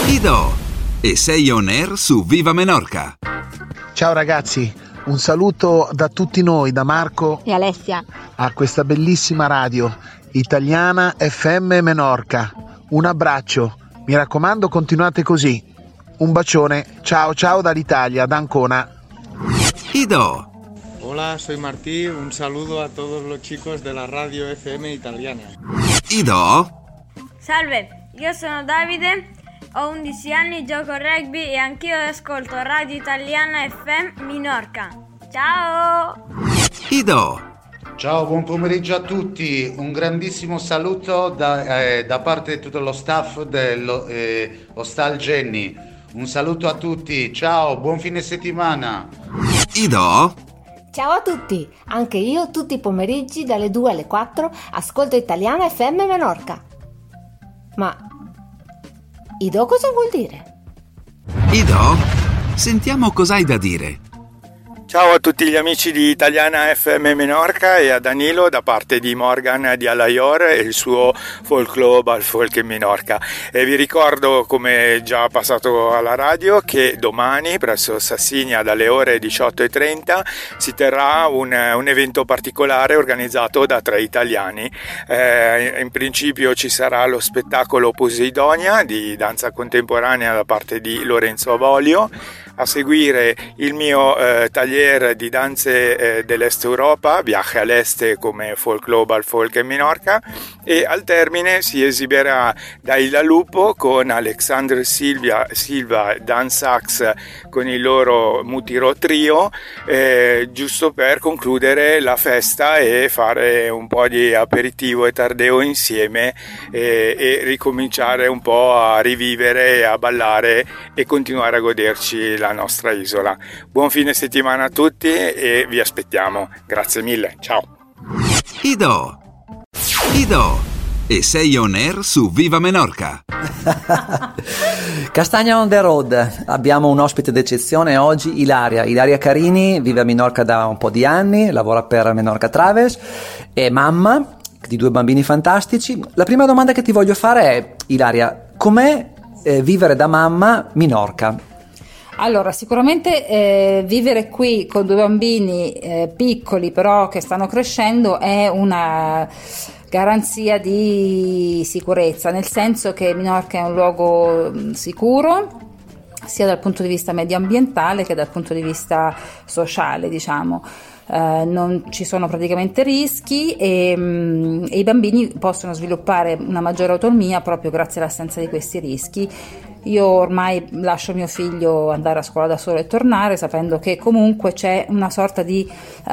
Ido e sei on air su Viva Menorca. Ciao ragazzi, un saluto da tutti noi, da Marco e Alessia, a questa bellissima radio italiana FM Menorca. Un abbraccio, mi raccomando continuate così. Un bacione, ciao ciao dall'Italia, da Ancona. Ido. Hola, soy Martí, un saludo a todos los chicos de la radio FM italiana. Ido. Salve, io sono Davide, ho 11 anni, gioco a rugby e anch'io ascolto Radio Italiana FM Minorca. Ciao! Ido. Ciao, buon pomeriggio a tutti, un grandissimo saluto da parte di tutto lo staff dell'Hostal Jenny. Un saluto a tutti, ciao, buon fine settimana. Ido. Ciao a tutti, anche io tutti i pomeriggi dalle 2 alle 4 ascolto Italiana FM Menorca. Ma Ido cosa vuol dire? Ido? Sentiamo cosa hai da dire. Ciao a tutti gli amici di Italiana FM Menorca e a Danilo da parte di Morgan di Alaior e il suo Folk Club al Folk in Minorca. E vi ricordo, come già passato alla radio, che domani presso Sassigna dalle ore 18:30 si terrà un evento particolare organizzato da 3 italiani. In principio ci sarà lo spettacolo Poseidonia di danza contemporanea da parte di Lorenzo Avolio, a seguire il mio taglier di danze dell'Est Europa, Viaje all'Est come Folk Global Folk in Minorca, e al termine si esibirà Dai la Lupo con Alexandre Silva Dan Sax con il loro Mutiro Trio, giusto per concludere la festa e fare un po' di aperitivo e tardeo insieme e ricominciare un po' a rivivere, a ballare e continuare a goderci la nostra isola. Buon fine settimana a tutti e vi aspettiamo. Grazie mille, ciao. Ido. E sei on air su Viva Menorca. Castagna on the road, abbiamo un ospite d'eccezione oggi, Ilaria Carini, vive a Minorca da un po' di anni, lavora per Menorca Travels, è mamma di 2 bambini fantastici. La prima domanda che ti voglio fare è, Ilaria, com'è vivere da mamma Minorca? Allora, sicuramente vivere qui con 2 bambini piccoli però che stanno crescendo è una garanzia di sicurezza, nel senso che Minorca è un luogo sicuro sia dal punto di vista medioambientale che dal punto di vista sociale, diciamo. Non ci sono praticamente rischi e i bambini possono sviluppare una maggiore autonomia proprio grazie all'assenza di questi rischi. Io ormai lascio mio figlio andare a scuola da solo e tornare, sapendo che comunque c'è una sorta di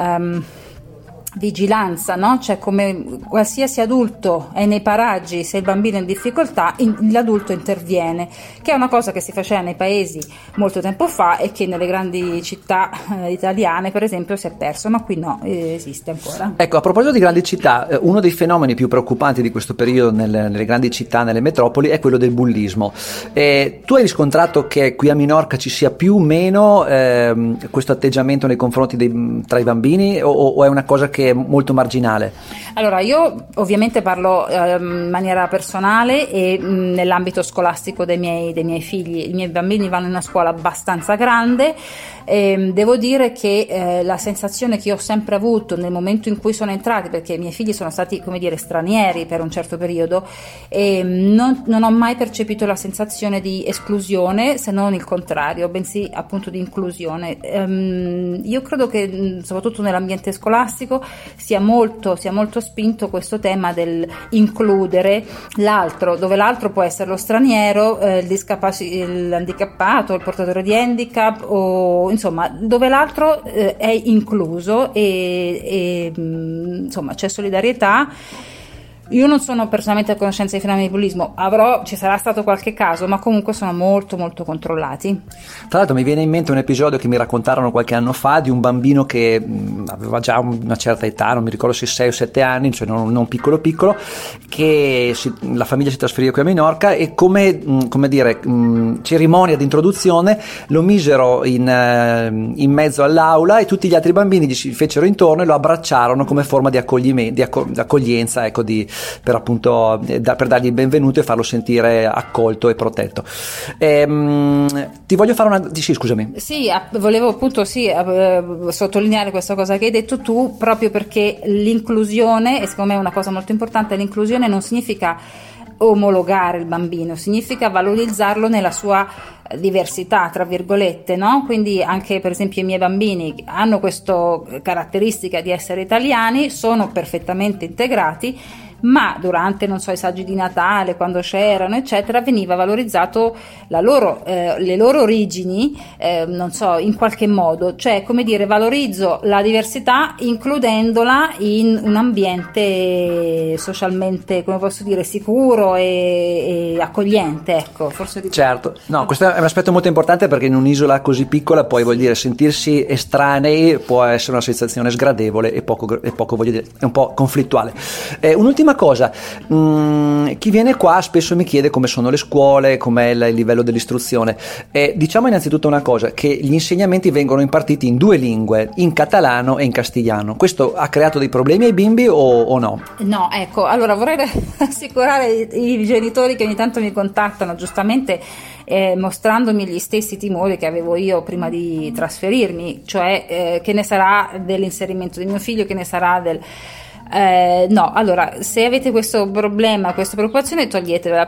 vigilanza, no? Cioè, come qualsiasi adulto è nei paraggi, se il bambino è in difficoltà, l'adulto interviene, che è una cosa che si faceva nei paesi molto tempo fa e che nelle grandi città italiane per esempio si è perso, ma qui no, esiste ancora. Ecco, a proposito di grandi città, uno dei fenomeni più preoccupanti di questo periodo nelle grandi città, nelle metropoli, è quello del bullismo. Tu hai riscontrato che qui a Minorca ci sia più o meno questo atteggiamento nei confronti tra i bambini o è una cosa che è molto marginale? Allora, io ovviamente parlo in maniera personale e nell'ambito scolastico dei miei figli. I miei bambini vanno in una scuola abbastanza grande e devo dire che la sensazione che io ho sempre avuto nel momento in cui sono entrati, perché i miei figli sono stati, come dire, stranieri per un certo periodo, e non ho mai percepito la sensazione di esclusione, se non il contrario, bensì appunto di inclusione. Io credo che soprattutto nell'ambiente scolastico sia molto spinto questo tema del includere l'altro, dove l'altro può essere lo straniero, l'handicappato, il portatore di handicap, o insomma dove l'altro è incluso e insomma c'è solidarietà. Io non sono personalmente a conoscenza di fenomeni di bullismo, ci sarà stato qualche caso, ma comunque sono molto molto controllati. Tra l'altro mi viene in mente un episodio che mi raccontarono qualche anno fa di un bambino che aveva già una certa età, non mi ricordo se 6 o 7 anni, cioè non piccolo, che la famiglia si trasferì qui a Minorca e come dire, cerimonia di introduzione lo misero in mezzo all'aula e tutti gli altri bambini gli si fecero intorno e lo abbracciarono come forma di accoglienza, ecco, di per appunto per dargli il benvenuto e farlo sentire accolto e protetto. Ti voglio fare una... Sì, scusami. Sì, volevo appunto sottolineare questa cosa che hai detto tu, proprio perché l'inclusione, e secondo me è una cosa molto importante, l'inclusione non significa omologare il bambino, significa valorizzarlo nella sua diversità, tra virgolette, no? Quindi anche per esempio i miei bambini hanno questa caratteristica di essere italiani, sono perfettamente integrati, ma durante, non so, i saggi di Natale, quando c'erano eccetera, veniva valorizzato le loro origini, non so, in qualche modo, cioè come dire, valorizzo la diversità includendola in un ambiente socialmente, come posso dire, sicuro e accogliente, ecco, forse di certo. No, questo è un aspetto molto importante, perché in un'isola così piccola poi vuol dire sentirsi estranei può essere una sensazione sgradevole e poco voglio dire, è un po' conflittuale. Un'ultima cosa, chi viene qua spesso mi chiede come sono le scuole, com'è il livello dell'istruzione. Diciamo innanzitutto una cosa, che gli insegnamenti vengono impartiti in 2 lingue, in catalano e in castigliano. Questo ha creato dei problemi ai bimbi o no? No, ecco, allora vorrei assicurare i genitori che ogni tanto mi contattano giustamente mostrandomi gli stessi timori che avevo io prima di trasferirmi, cioè che ne sarà dell'inserimento di mio figlio, che ne sarà del... no, allora, se avete questo problema, questa preoccupazione, toglietevela,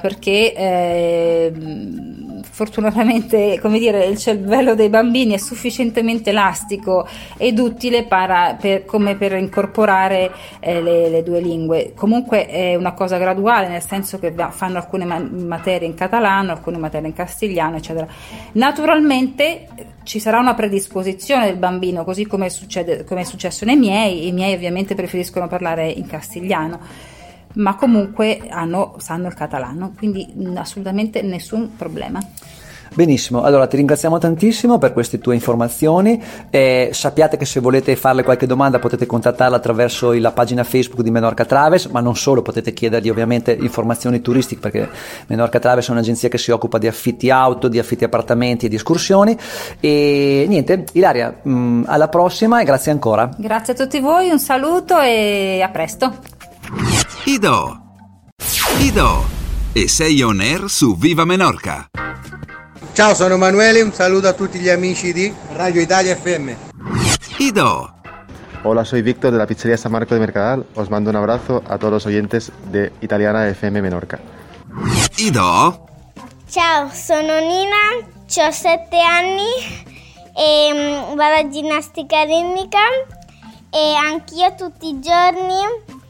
perché fortunatamente, come dire, il cervello dei bambini è sufficientemente elastico ed utile come per incorporare le 2 lingue. Comunque è una cosa graduale, nel senso che fanno alcune materie in catalano, alcune materie in castigliano, eccetera. Naturalmente ci sarà una predisposizione del bambino, così come è successo nei miei. I miei ovviamente preferiscono parlare in castigliano, ma comunque sanno il catalano, quindi assolutamente nessun problema. Benissimo, allora ti ringraziamo tantissimo per queste tue informazioni. Sappiate che se volete farle qualche domanda potete contattarla attraverso la pagina Facebook di Menorca Traves, ma non solo, potete chiedergli ovviamente informazioni turistiche, perché Menorca Traves è un'agenzia che si occupa di affitti auto, di affitti appartamenti e di escursioni. E niente, Ilaria, alla prossima e grazie ancora. Grazie a tutti voi, un saluto e a presto. Ido e sei on air su Viva Menorca. Ciao, sono Emanuele, un saluto a tutti gli amici di Radio Italia FM. Ido. Hola, soy Víctor de la pizzería San Marco de Mercadal. Os mando un abrazo a todos los oyentes de Italiana FM Menorca. Ido. Ciao, sono Nina, ho 7 anni e vado a ginnastica ritmica e anch'io tutti i giorni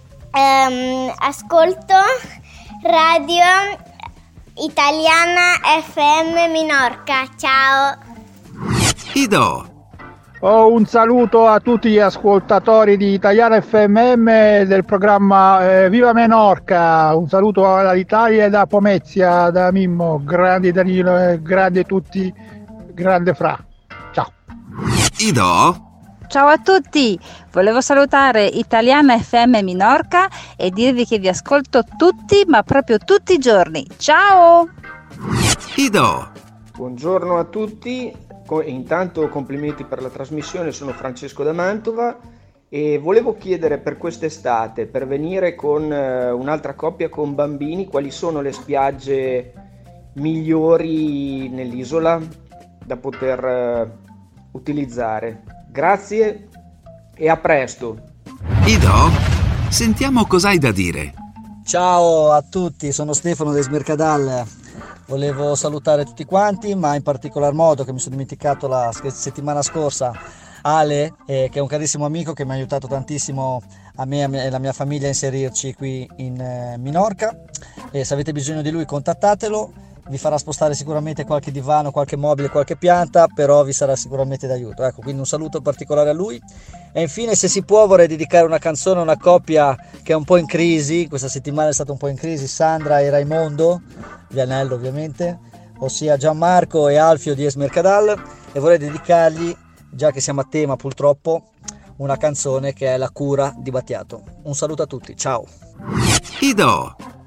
ascolto Radio Italiana FM Minorca. Ciao. Ido. Un saluto a tutti gli ascoltatori di Italiana FMM del programma Viva Menorca. Un saluto all'Italia e da Pomezia, da Mimmo, grandi Danilo, grandi tutti, grande Fra. Ciao. Ido. Ciao a tutti, volevo salutare Italiana FM Minorca e dirvi che vi ascolto tutti, ma proprio tutti i giorni. Ciao! Ido. Buongiorno a tutti, intanto complimenti per la trasmissione, sono Francesco da Mantova e volevo chiedere per quest'estate, per venire con un'altra coppia con bambini, quali sono le spiagge migliori nell'isola da poter utilizzare. Grazie e a presto. Ido, sentiamo cos'hai da dire. Ciao a tutti, sono Stefano di Smercadal. Volevo salutare tutti quanti, ma in particolar modo, che mi sono dimenticato la settimana scorsa, Ale, che è un carissimo amico che mi ha aiutato tantissimo a me e alla mia famiglia a inserirci qui in Minorca. E se avete bisogno di lui contattatelo, vi farà spostare sicuramente qualche divano, qualche mobile, qualche pianta, però vi sarà sicuramente d'aiuto. Ecco, quindi un saluto particolare a lui. E infine, se si può, vorrei dedicare una canzone a una coppia che è un po' in crisi, questa settimana è stata un po' in crisi, Sandra e Raimondo, Vianello ovviamente, ossia Gianmarco e Alfio di Esmercadal, e vorrei dedicargli, già che siamo a tema purtroppo, una canzone che è La cura di Battiato. Un saluto a tutti, ciao! Ido.